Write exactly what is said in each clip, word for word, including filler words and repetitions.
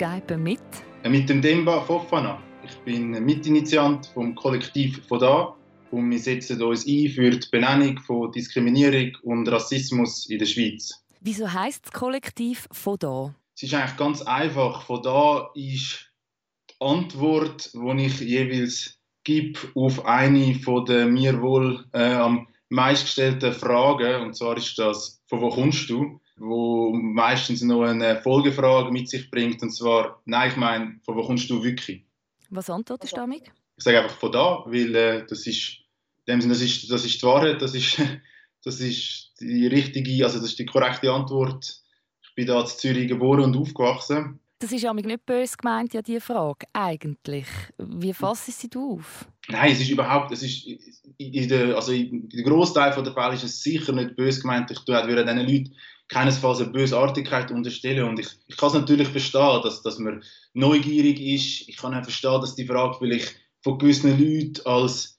skypen mit... Mit dem Demba Fofana. Ich bin Mitinitiant vom Kollektiv von da und wir setzen uns ein für die Benennung von Diskriminierung und Rassismus in der Schweiz. Wieso heisst das Kollektiv von da? Es ist eigentlich ganz einfach. Von da ist die Antwort, die ich jeweils gebe auf eine von der mir wohl äh, am meistgestellten Fragen. Und zwar ist das, von wo kommst du? Wo meistens noch eine Folgefrage mit sich bringt. Und zwar, nein, ich meine, von wo kommst du wirklich? Was antwortest du damit? Ich sage einfach von da, weil äh, das ist, in dem Sinne, das ist, das ist die Wahrheit, das ist, das ist die richtige, also das ist die korrekte Antwort. Ich bin da in Zürich geboren und aufgewachsen. Das ist ja nicht böse gemeint, ja, diese Frage, eigentlich. Wie fassest du auf? Nein, es ist überhaupt, es ist, in der, also in der Großteil der Fälle ist es sicher nicht böse gemeint. Ich würde diesen Leuten keinesfalls eine Bösartigkeit unterstellen. Und ich, ich kann es natürlich verstehen, dass, dass man neugierig ist. Ich kann auch verstehen, dass die Frage vielleicht von gewissen Leuten als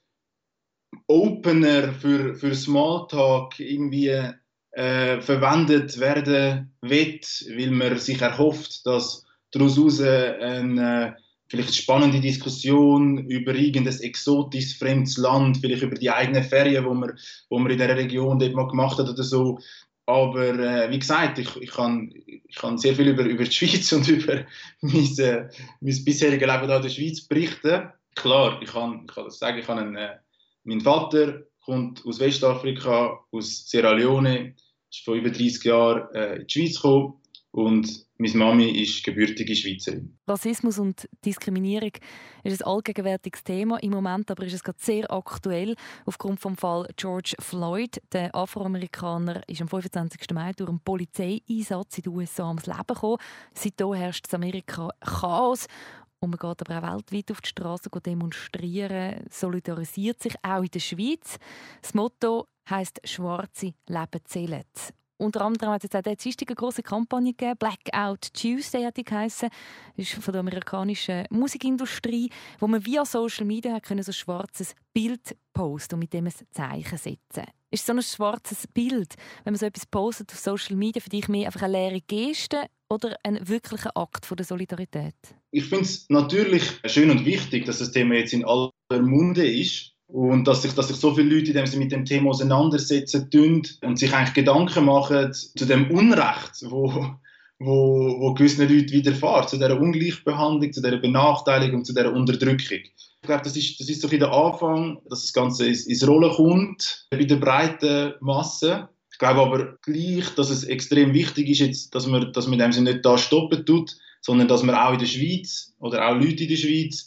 Opener für, für Smalltalk irgendwie äh, verwendet werden will, weil man sich erhofft, dass daraus eine vielleicht spannende Diskussion über irgendein exotisches, fremdes Land, vielleicht über die eigenen Ferien, die man, wo man in dieser Region dort mal gemacht hat oder so. Aber äh, wie gesagt, ich, ich, kann, ich kann sehr viel über, über die Schweiz und über mein, äh, mein bisheriges Leben hier in der Schweiz berichten. Klar, ich kann, ich kann das sagen, ich kann einen, äh, mein Vater kommt aus Westafrika, aus Sierra Leone, ist vor über dreißig Jahren äh, in die Schweiz gekommen und meine Mami ist gebürtige Schweizerin. Rassismus und Diskriminierung ist ein allgegenwärtiges Thema im Moment, aber ist es gerade sehr aktuell aufgrund des Fall George Floyd. Der Afroamerikaner ist am fünfundzwanzigsten Mai durch einen Polizeieinsatz in den U S A ums Leben gekommen. Seitdem herrscht in Amerika Chaos. Und man geht aber auch weltweit auf die Straße demonstrieren, solidarisiert sich auch in der Schweiz. Das Motto heisst «Schwarze Leben zählen». Unter anderem hat es auch diese eine grosse Kampagne gegeben, Blackout Tuesday hat die geheissen. Das ist von der amerikanischen Musikindustrie, wo man via Social Media können so ein schwarzes Bild posten und mit dem ein Zeichen setzen. Ist so ein schwarzes Bild, wenn man so etwas postet auf Social Media, für dich mehr einfach eine leere Geste oder ein wirklicher Akt von der Solidarität? Ich finde es natürlich schön und wichtig, dass das Thema jetzt in aller Munde ist. Und dass sich, dass sich so viele Leute mit dem Thema auseinandersetzen tun und sich eigentlich Gedanken machen zu dem Unrecht, wo, wo, wo gewissen Leuten widerfährt, zu dieser Ungleichbehandlung, zu dieser Benachteiligung, zu dieser Unterdrückung. Ich glaube, das ist, das ist so ein der Anfang, dass das Ganze ins, ins Rollen kommt, bei der breiten Masse. Ich glaube aber gleich, dass es extrem wichtig ist, jetzt, dass man, dass man in dem Sinne nicht da stoppen tut, sondern dass man auch in der Schweiz oder auch Leute in der Schweiz,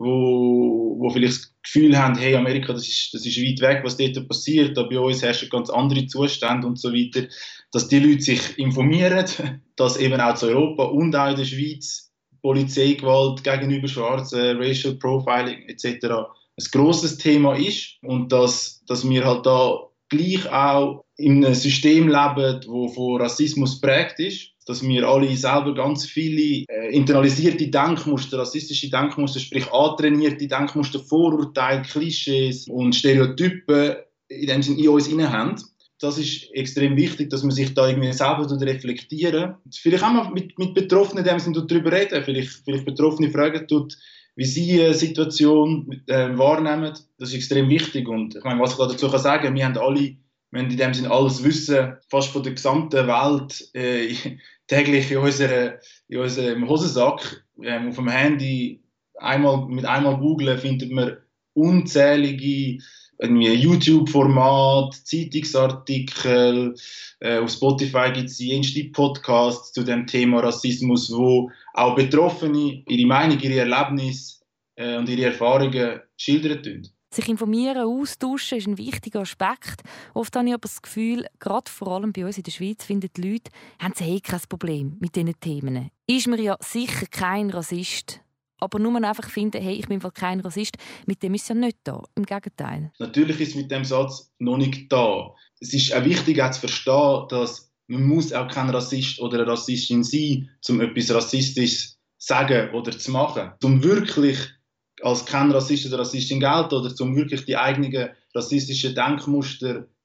wo, wo vielleicht das Gefühl haben, hey, Amerika, das ist, das ist weit weg, was dort passiert, da bei uns herrschen ganz andere Zustände und so weiter, dass die Leute sich informieren, dass eben auch zu Europa und auch in der Schweiz Polizeigewalt gegenüber Schwarzen, Racial Profiling et cetera ein grosses Thema ist und dass, dass wir halt da gleich auch in einem System leben, das von Rassismus geprägt ist, dass wir alle selber ganz viele äh, internalisierte Denkmuster, rassistische Denkmuster, sprich antrainierte Denkmuster, Vorurteile, Klischees und Stereotypen in dem Sinne in uns inne haben. Das ist extrem wichtig, dass man sich da irgendwie selber reflektieren. Vielleicht auch mal mit, mit Betroffenen in dem Sinne darüber reden, vielleicht, vielleicht Betroffene fragen tut, wie sie eine Situation äh, wahrnehmen. Das ist extrem wichtig. Und ich meine, was ich dazu kann sagen, wir haben alle, wir haben in dem Sinne alles Wissen, fast von der gesamten Welt, äh, täglich in, unserer, in unserem Hosensack, ähm, auf dem Handy. Einmal, mit einmal googlen findet man unzählige YouTube-Format, Zeitungsartikel, äh, auf Spotify gibt es jenste Podcasts zu dem Thema Rassismus, wo auch Betroffene ihre Meinung, ihre Erlebnisse äh, und ihre Erfahrungen schildern tun. Sich informieren, austauschen ist ein wichtiger Aspekt. Oft habe ich aber das Gefühl, gerade vor allem bei uns in der Schweiz finden die Leute, haben sie eh kein Problem mit diesen Themen. Ist man ja sicher kein Rassist. Aber nur einfach finden, hey, ich bin kein Rassist, mit dem ist es ja nicht da. Im Gegenteil. Natürlich ist es mit dem Satz noch nicht da. Es ist auch wichtig auch zu verstehen, dass man muss auch kein Rassist oder eine Rassistin sein, um etwas Rassistisches zu sagen oder zu machen. Um wirklich als kein Rassist oder Rassistin gelten oder um wirklich die eigenen rassistischen Denkmuster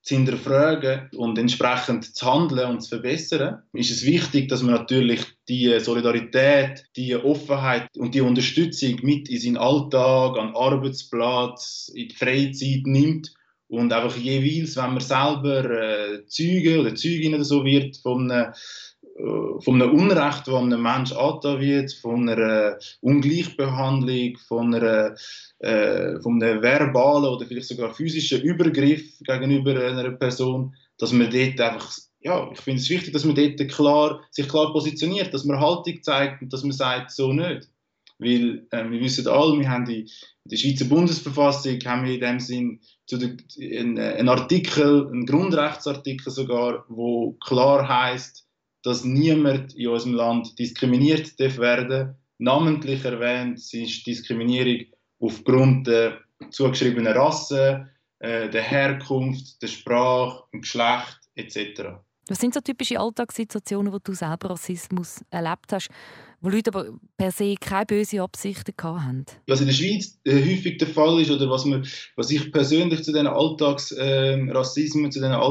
zu hinterfragen und entsprechend zu handeln und zu verbessern, ist es wichtig, dass man natürlich die Solidarität, die Offenheit und die Unterstützung mit in seinen Alltag, an den Arbeitsplatz, in die Freizeit nimmt und einfach jeweils, wenn man selber äh, Zeuge oder Zeugin oder so wird von einem, äh, von einem Unrecht, das einem Menschen angetan wird, von einer Ungleichbehandlung, von, einer, äh, von einem verbalen oder vielleicht sogar physischen Übergriff gegenüber einer Person, dass man dort einfach, ja, ich finde es wichtig, dass man dort klar, sich klar positioniert, dass man Haltung zeigt und dass man sagt, so nicht. Weil äh, wir wissen alle, wir haben die, in der Schweizer Bundesverfassung haben wir in dem Sinn zu der, einen, einen Artikel, einen Grundrechtsartikel sogar, wo klar heißt, dass niemand in unserem Land diskriminiert darf werden. Namentlich erwähnt ist Diskriminierung aufgrund der zugeschriebenen Rasse, äh, der Herkunft, der Sprache, dem Geschlecht et cetera. Was sind so typische Alltagssituationen, wo du selber Rassismus erlebt hast, wo Leute aber per se keine bösen Absichten hatten? Was in der Schweiz äh, häufig der Fall ist, oder was, man, was ich persönlich zu diesen Alltagsrassismen, äh, zu diesen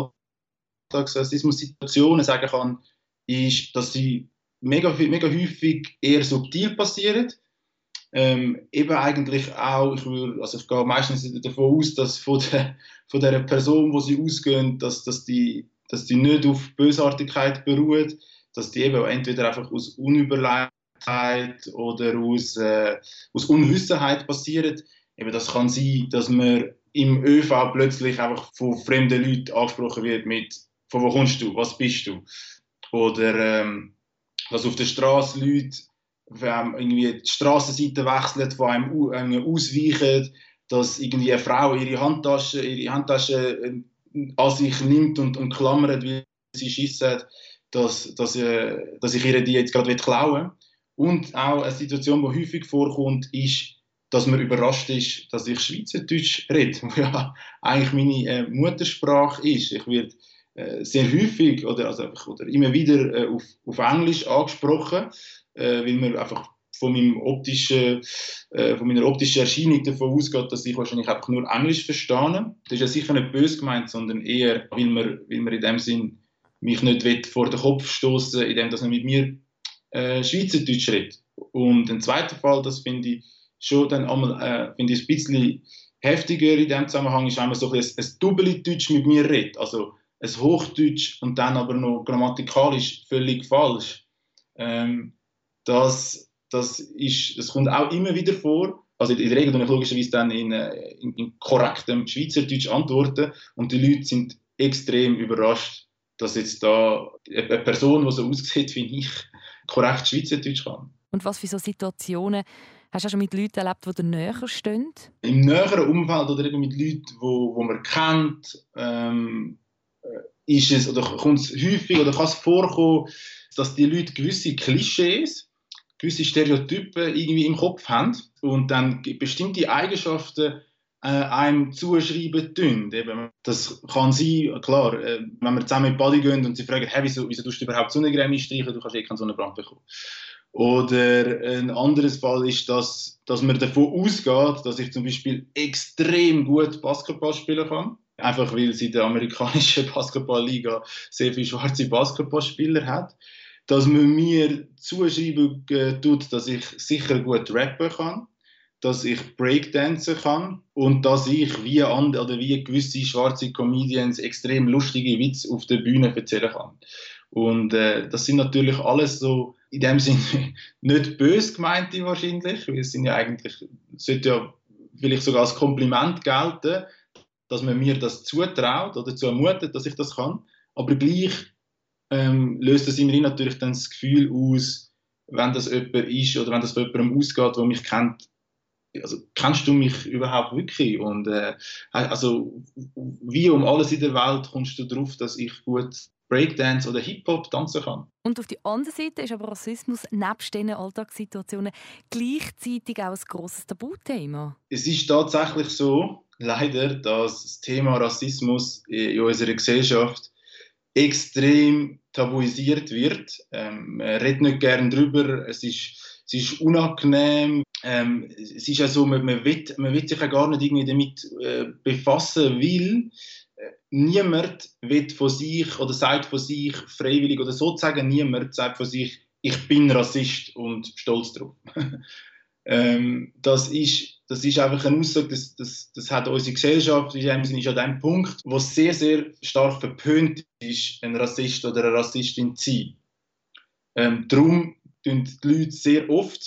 Alltagsrassismus-Situationen sagen kann, ist, dass sie mega, mega häufig eher subtil passieren. Ähm, eben eigentlich auch, ich, will, also ich gehe meistens davon aus, dass von der, von der Person, wo sie ausgehen, dass, dass, die, dass die nicht auf Bösartigkeit beruht, dass die eben entweder einfach aus Unüberlegtheit oder aus, äh, aus Unwissenheit passieren. Eben das kann sein, dass man im ÖV plötzlich einfach von fremden Leuten angesprochen wird mit «Von wo kommst du? Was bist du?» Oder ähm, dass auf der Straße Leute wenn irgendwie die Strassenseite wechselt, von einem, einem ausweichen, dass irgendwie eine Frau ihre Handtasche, ihre Handtasche an sich nimmt und, und klammert, weil sie Schiss hat, dass, dass, äh, dass ich ihr die jetzt gerade klauen will. Und auch eine Situation, die häufig vorkommt, ist, dass man überrascht ist, dass ich Schweizerdeutsch rede, was ja eigentlich meine äh, Muttersprache ist. Ich werde äh, sehr häufig oder, also, oder immer wieder äh, auf, auf Englisch angesprochen, äh, weil man einfach von, meinem optischen, äh, von meiner optischen Erscheinung davon ausgeht, dass ich wahrscheinlich einfach nur Englisch verstehe. Das ist ja sicher nicht böse gemeint, sondern eher, weil man, weil man in dem Sinn mich nicht vor den Kopf stoßen will, indem man mit mir äh, Schweizerdeutsch redet. Und ein zweiter Fall, das finde ich schon dann einmal, äh, finde ich ein bisschen heftiger in dem Zusammenhang, ist, wenn man so ein, ein Doppeldeutsch mit mir redet. Also ein Hochdeutsch und dann aber noch grammatikalisch völlig falsch. Ähm, das, das, ist, das kommt auch immer wieder vor. Also in der Regel tue ich logischerweise dann in, in, in korrektem Schweizerdeutsch antworten und die Leute sind extrem überrascht, dass jetzt da eine Person, die so aussieht wie ich, korrekt Schweizerdeutsch kann. Und was für so Situationen hast du schon mit Leuten erlebt, die dir näher stehen? Im näheren Umfeld oder eben mit Leuten, die wo, wo man kennt, ähm, ist es, oder kommt es häufig oder kann es vorkommen, dass die Leute gewisse Klischees, gewisse Stereotypen irgendwie im Kopf haben und dann bestimmte Eigenschaften äh, einem zuschreiben tun. Eben, das kann sein, klar, äh, wenn wir zusammen in die Body gehen und sie fragen, hey, wieso, wieso tust du überhaupt Sonnencreme streichen, du kannst eh keinen Sonnenbrand bekommen. Oder ein anderes Fall ist, dass, dass man davon ausgeht, dass ich zum Beispiel extrem gut Basketball spielen kann. Einfach weil sie in der amerikanischen Basketballliga sehr viele schwarze Basketballspieler hat. Dass man mir zuschreiben äh, tut, dass ich sicher gut rappen kann, dass ich Breakdancen kann und dass ich wie, and, oder wie gewisse schwarze Comedians extrem lustige Witze auf der Bühne erzählen kann. Und äh, das sind natürlich alles so in dem Sinne nicht böse gemeinte wahrscheinlich, weil es sind ja eigentlich, sollte ja vielleicht sogar als Kompliment gelten, dass man mir das zutraut oder zu ermutet, dass ich das kann. Aber gleich ähm, löst das in mir natürlich dann das Gefühl aus, wenn das jemand ist oder wenn das von jemandem ausgeht, der mich kennt, also kennst du mich überhaupt wirklich? Und äh, also wie um alles in der Welt kommst du darauf, dass ich gut Breakdance oder Hip-Hop tanzen kann? Und auf der anderen Seite ist aber Rassismus nebst diesen Alltagssituationen gleichzeitig auch ein grosses Tabuthema. Es ist tatsächlich so, leider, dass das Thema Rassismus in unserer Gesellschaft extrem tabuisiert wird. Ähm, man redet nicht gerne darüber, es ist, es ist unangenehm. Ähm, es ist ja so, man, man, will, man will sich ja gar nicht irgendwie damit äh, befassen, weil äh, niemand will von sich oder sagt von sich freiwillig oder sozusagen niemand sagt von sich, ich bin Rassist und stolz drauf. ähm, das, ist, das ist einfach eine Aussage, das, das, das hat unsere Gesellschaft, in dem Sinne ist an dem Punkt, wo es sehr, sehr stark verpönt ist, ein Rassist oder eine Rassistin zu sein. Ähm, darum tun die Leute sehr oft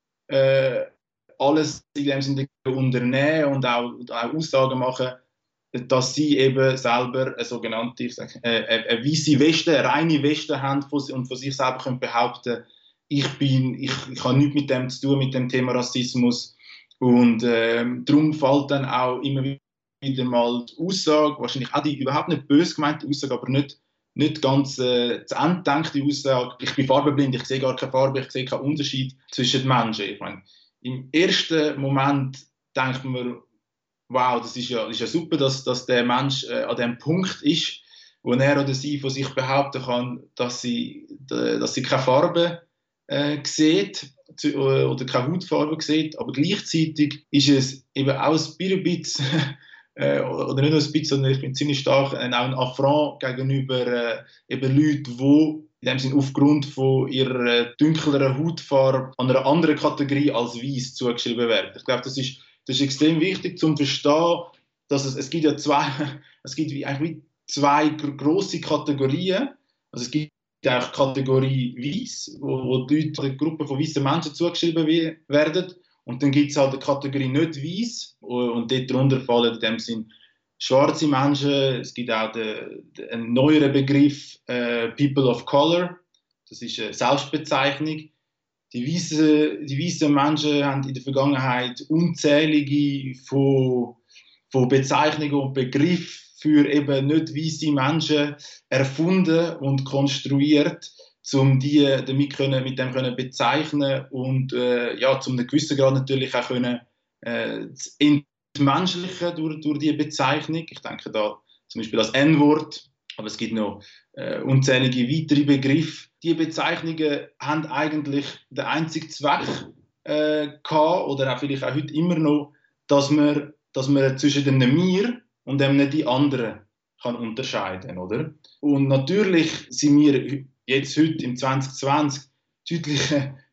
äh, alles in dem Sinne unternehmen und auch, auch Aussagen machen, dass sie eben selber eine sogenannte, ich sage, äh, eine weiße Weste, eine reine Weste haben und von sich selber können behaupten, ich bin, ich, ich habe nichts mit dem zu tun, mit dem Thema Rassismus. Und ähm, darum fällt dann auch immer wieder mal die Aussage, wahrscheinlich auch die überhaupt nicht böse gemeinte Aussage, aber nicht, nicht ganz äh, zu Ende gedachte Aussage, ich bin farbenblind, ich sehe gar keine Farbe, ich sehe keinen Unterschied zwischen den Menschen. Ich meine, im ersten Moment denkt man, wow, das ist ja, das ist ja super, dass, dass der Mensch äh, an dem Punkt ist, wo er oder sie von sich behaupten kann, dass sie, äh, dass sie keine Farbe äh, sieht zu, oder keine Hautfarbe sieht, aber gleichzeitig ist es eben auch ein bisschen, äh, oder nicht nur ein bisschen, sondern ich bin ziemlich stark äh, auch ein Affront gegenüber äh, eben Leuten, die in dem Sinne aufgrund von ihrer äh, dunkleren Hautfarbe an einer anderen Kategorie als weiß zugeschrieben werden. Ich glaube, das ist Das ist extrem wichtig, um zu verstehen, dass es, es gibt ja zwei, es gibt wie, eigentlich zwei grosse Kategorien. Also es gibt auch die Kategorie Weiss, wo, wo die Leute, die Gruppe von weißen Menschen zugeschrieben werden. Und dann gibt es halt die Kategorie nicht Weiss. Und dort darunter fallen in dem Sinn schwarze Menschen. Es gibt auch den, den, einen neueren Begriff äh, People of Color. Das ist eine Selbstbezeichnung. Die weißen, die weißen Menschen haben in der Vergangenheit unzählige von, von Bezeichnungen und Begriffen für eben nicht weiße Menschen erfunden und konstruiert, um die damit können, mit dem können bezeichnen und äh, ja, zu einem gewissen Grad natürlich auch können, äh, entmenschlichen durch, durch diese Bezeichnung. Ich denke da zum Beispiel das En-Wort, aber es gibt noch äh, unzählige weitere Begriffe. Die Bezeichnungen haben eigentlich den einzigen Zweck äh, gehabt, oder auch vielleicht auch heute immer noch, dass man, dass man zwischen dem «mir» und dem «die anderen» kann unterscheiden, oder? Und natürlich sind wir jetzt heute im zwanzig zwanzig deutlich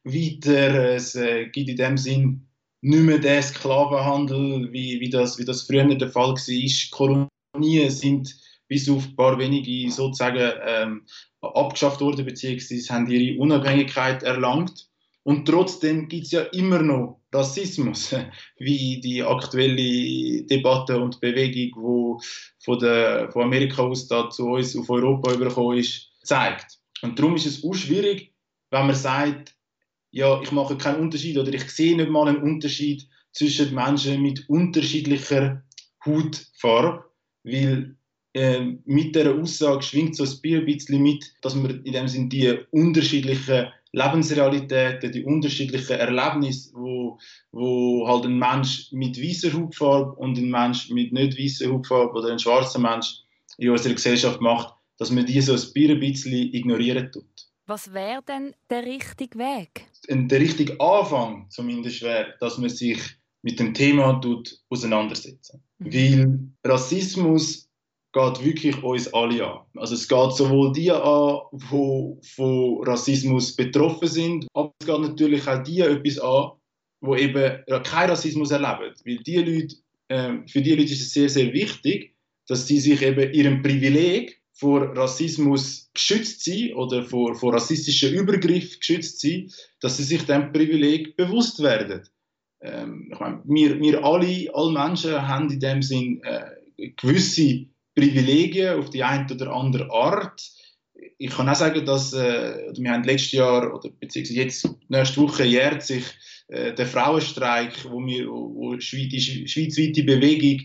weiter. Es äh, gibt in dem Sinn nicht mehr den Sklavenhandel, wie, wie, das, wie das früher der Fall war. Kolonien sind bis auf ein paar wenige sozusagen ähm, abgeschafft worden, beziehungsweise haben ihre Unabhängigkeit erlangt. Und trotzdem gibt es ja immer noch Rassismus, wie die aktuelle Debatte und Bewegung, die von, der, von Amerika aus da zu uns auf Europa übergekommen ist, zeigt. Und darum ist es auch schwierig, wenn man sagt, ja, ich mache keinen Unterschied oder ich sehe nicht mal einen Unterschied zwischen Menschen mit unterschiedlicher Hautfarbe, weil äh, mit dieser Aussage schwingt so ein bisschen mit, dass man in dem Sinne die unterschiedlichen Lebensrealitäten, die unterschiedlichen Erlebnisse, wo, wo halt ein Mensch mit weißer Hautfarbe und ein Mensch mit nicht weißer Hautfarbe oder ein schwarzer Mensch in unserer Gesellschaft macht, dass man die so ein bisschen ignorieren tut. Was wäre denn der richtige Weg? Der richtige Anfang zumindest wäre, dass man sich mit dem Thema tut, auseinandersetzen. Mhm. Weil Rassismus geht wirklich uns alle an. Also es geht sowohl die an, die von Rassismus betroffen sind, aber es geht natürlich auch die etwas an, die eben keinen Rassismus erleben. Weil die Leute, äh, für die Leute ist es sehr, sehr wichtig, dass sie sich eben ihrem Privileg vor Rassismus geschützt sind oder vor, vor rassistischen Übergriffen geschützt sind, dass sie sich diesem Privileg bewusst werden. Ähm, ich meine, wir, wir alle, alle Menschen haben in dem Sinn äh, gewisse Privilegien auf die eine oder andere Art. Ich kann auch sagen, dass äh, wir haben letztes Jahr oder beziehungsweise jetzt nächste Woche jährt sich äh, der Frauenstreik, wo wir, wo, wo die schweizweite Bewegung,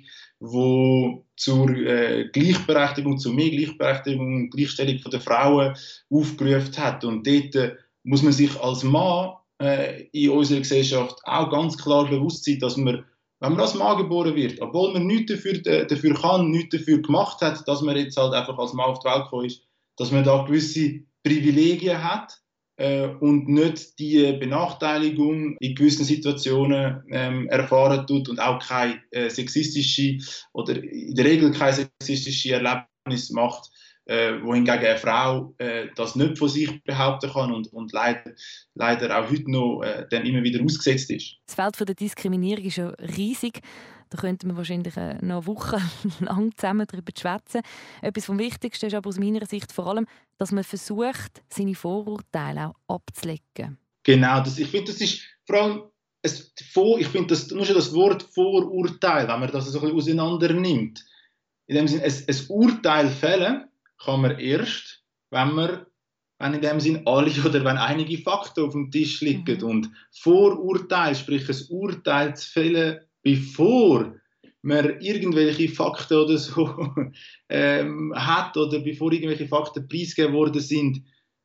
wo zur äh, Gleichberechtigung, zu mehr Gleichberechtigung und Gleichstellung der Frauen aufgerufen hat. Und dort äh, muss man sich als Mann äh, in unserer Gesellschaft auch ganz klar bewusst sein, dass man, wenn man als Mann geboren wird, obwohl man nichts dafür, äh, dafür kann, nichts dafür gemacht hat, dass man jetzt halt einfach als Mann auf die Welt gekommen ist, dass man da gewisse Privilegien hat, äh, und nicht die Benachteiligung in gewissen Situationen ähm, erfahren tut und auch keine äh, sexistische oder in der Regel keine sexistische Erlebnis macht, äh, wohingegen eine Frau äh, das nicht von sich behaupten kann und, und leider, leider auch heute noch äh, dann immer wieder ausgesetzt ist. Das Feld der Diskriminierung ist ja riesig. Da könnten wir wahrscheinlich noch wochenlang zusammen darüber schwätzen. Etwas vom Wichtigsten ist aber aus meiner Sicht vor allem, dass man versucht, seine Vorurteile auch abzulegen. Genau, das, ich finde, das ist vor allem es, ich finde, das, nur schon das Wort Vorurteil, wenn man das so ein bisschen auseinander nimmt. In dem Sinne, ein, ein Urteil fällen kann man erst, wenn man wenn in dem Sinn alle oder wenn einige Fakten auf dem Tisch liegen. Mhm. Und Vorurteil, sprich ein Urteil zu fällen, bevor man irgendwelche Fakten oder so ähm, hat oder bevor irgendwelche Fakten preisgegeben worden sind,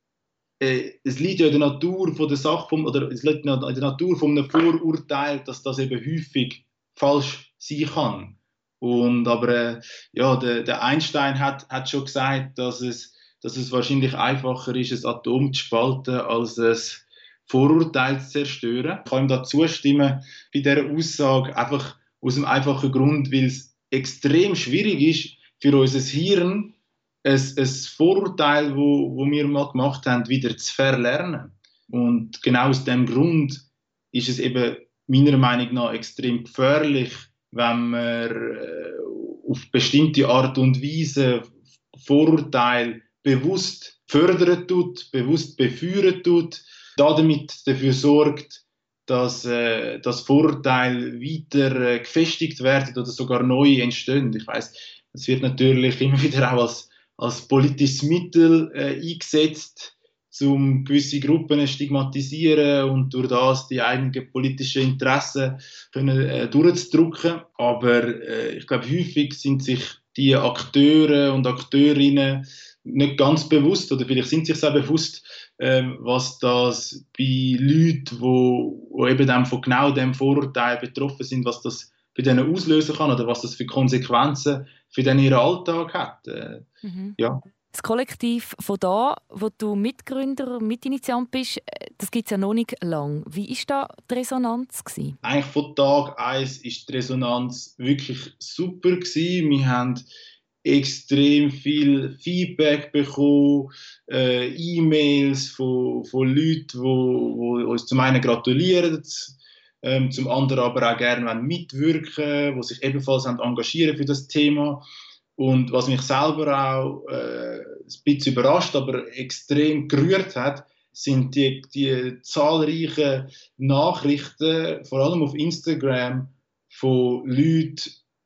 äh, es liegt ja in der Natur von der Sache vom, oder es liegt in der Natur von einem Vorurteil, dass das eben häufig falsch sein kann. Und aber äh, ja, der, der Einstein hat, hat schon gesagt, dass es, dass es wahrscheinlich einfacher ist, ein Atom zu spalten, als ein Vorurteil zu zerstören. Ich kann ihm da zustimmen bei dieser Aussage, einfach aus dem einfachen Grund, weil es extrem schwierig ist für unser Hirn, ein, ein Vorurteil, wo, wo wir mal gemacht haben, wieder zu verlernen. Und genau aus dem Grund ist es eben meiner Meinung nach extrem gefährlich, wenn man äh, auf bestimmte Art und Weise Vorurteile bewusst fördern tut, bewusst befeuern tut, damit dafür sorgt, dass äh, das Vorurteil weiter äh, gefestigt wird oder sogar neu entstehen. Ich weiss, es wird natürlich immer wieder auch als, als politisches Mittel äh, eingesetzt, um gewisse Gruppen zu stigmatisieren und durch das die eigenen politischen Interessen können, äh, durchzudrücken. Aber äh, ich glaube, häufig sind sich die Akteure und Akteurinnen nicht ganz bewusst, oder vielleicht sind sich sehr bewusst, äh, was das bei Leuten, wo, wo eben dem von genau dem Vorurteil betroffen sind, was das bei denen auslösen kann oder was das für Konsequenzen für den ihren Alltag hat. Äh, mhm. ja. Das Kollektiv von da, wo du Mitgründer, Mitinitiant bist, das gibt es ja noch nicht lange. Wie war da die Resonanz gewesen? Eigentlich von Tag eins war die Resonanz wirklich super gewesen. Wir haben extrem viel Feedback bekommen, äh, E-Mails von, von Leuten, die uns zum einen gratulieren, ähm, zum anderen aber auch gerne mitwirken, die sich ebenfalls engagieren für das Thema. Und was mich selber auch äh, ein bisschen überrascht, aber extrem gerührt hat, sind die, die zahlreichen Nachrichten, vor allem auf Instagram, von Leuten,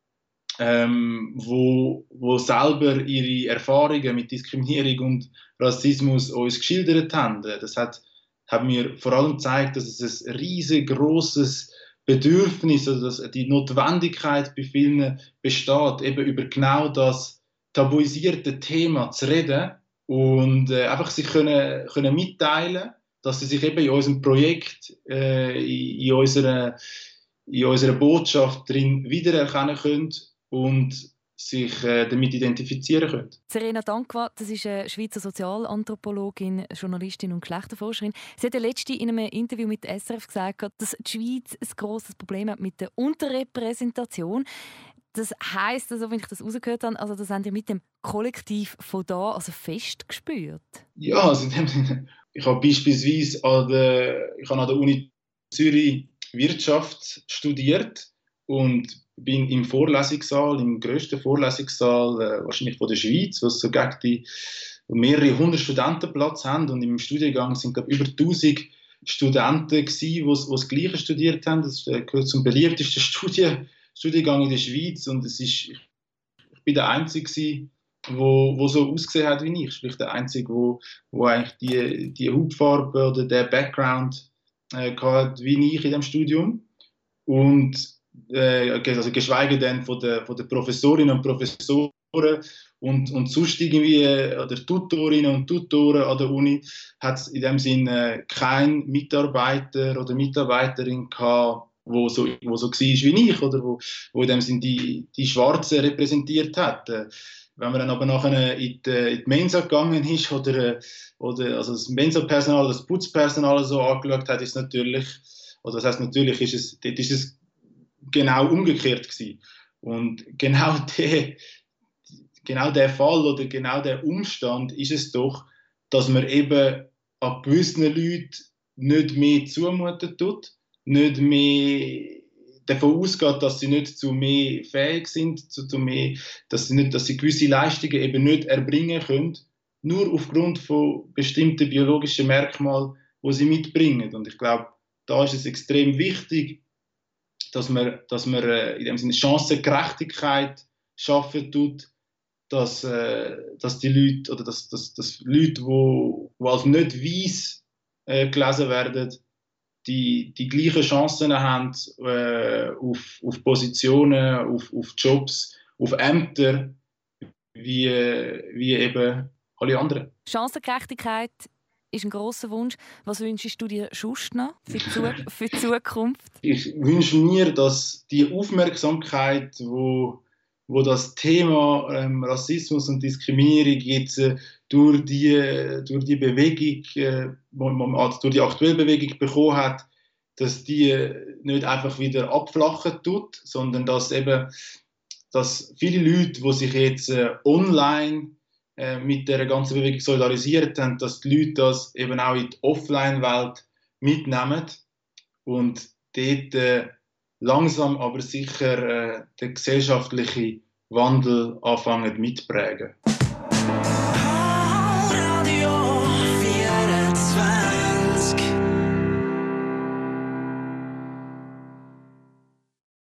ähm, wo, wo selber ihre Erfahrungen mit Diskriminierung und Rassismus uns geschildert haben. Das hat, hat mir vor allem gezeigt, dass es ein riesengroßes Bedürfnis, also dass die Notwendigkeit bei vielen besteht, eben über genau das tabuisierte Thema zu reden und äh, einfach sich können, können mitteilen, dass sie sich eben in unserem Projekt, äh, in, in, unserer, in unserer Botschaft drin wiedererkennen können und sich äh, damit identifizieren können. Serena Dankwa, das ist eine Schweizer Sozialanthropologin, Journalistin und Geschlechterforscherin. Sie hat ja letztens in einem Interview mit S R F gesagt, dass die Schweiz ein grosses Problem hat mit der Unterrepräsentation. Das heisst, also, wenn ich das rausgehört habe, also das haben Sie mit dem Kollektiv von da also fest gespürt? Ja, also in dem Sinne, ich habe beispielsweise an der, ich habe an der Uni Zürich Wirtschaft studiert und bin im Vorlesungssaal, im grössten Vorlesungssaal äh, wahrscheinlich von der Schweiz, wo es so gegen die mehrere hundert Studenten Platz haben, und im Studiengang sind glaube über tausend Studenten gewesen, die das Gleiche studiert haben. Das gehört zum beliebtesten Studien, Studiengang in der Schweiz, und es ist, ich bin der Einzige gewesen, wo, wo so ausgesehen hat wie ich, sprich der Einzige, wo, wo eigentlich die, die Hautfarbe oder der Background äh, hatte wie ich in dem Studium. Und also geschweige denn von den von der Professorinnen und Professoren und, und sonst irgendwie, oder Tutorinnen und Tutoren an der Uni, hat es in dem Sinne kein Mitarbeiter oder Mitarbeiterin gehabt, wo so, wo so war wie ich, oder wo, wo in dem Sinn die, die Schwarzen repräsentiert hat. Äh, wenn man dann aber nachher in die, in die Mensa gegangen ist oder, oder also das Mensa-Personal, das Putzpersonal so angeschaut hat, ist natürlich, oder das heißt natürlich, ist es, dort ist es genau umgekehrt gewesen. Und genau der, genau der Fall oder genau der Umstand ist es doch, dass man eben an gewissen Leuten nicht mehr zumuten tut, nicht mehr davon ausgeht, dass sie nicht zu mehr fähig sind, zu, zu mehr, dass, sie nicht, dass sie gewisse Leistungen eben nicht erbringen können, nur aufgrund von bestimmten biologischen Merkmalen, die sie mitbringen. Und ich glaube, da ist es extrem wichtig, dass man, dass man in dem Sinne Chancengerechtigkeit schaffen tut, dass, äh, dass die Leute oder dass, dass, dass Leute, die als nicht weiss äh, gelesen werden, die, die gleichen Chancen haben äh, auf, auf Positionen, auf, auf Jobs, auf Ämter, wie, wie eben alle anderen. Chancengerechtigkeit ist ein grosser Wunsch. Was wünschst du dir sonst noch für die, Zu- für die Zukunft? Ich wünsche mir, dass die Aufmerksamkeit, wo, wo das Thema ähm, Rassismus und Diskriminierung jetzt äh, durch, die, durch die Bewegung, äh, durch die aktuelle Bewegung bekommen hat, dass die nicht einfach wieder abflachen tut, sondern dass eben dass viele Leute, die sich jetzt äh, online äh, mit der ganzen Bewegung solidarisiert haben, dass die Leute das eben auch in die Offline-Welt mitnehmen und dort äh, langsam aber sicher äh, den gesellschaftlichen Wandel anfangen mitprägen.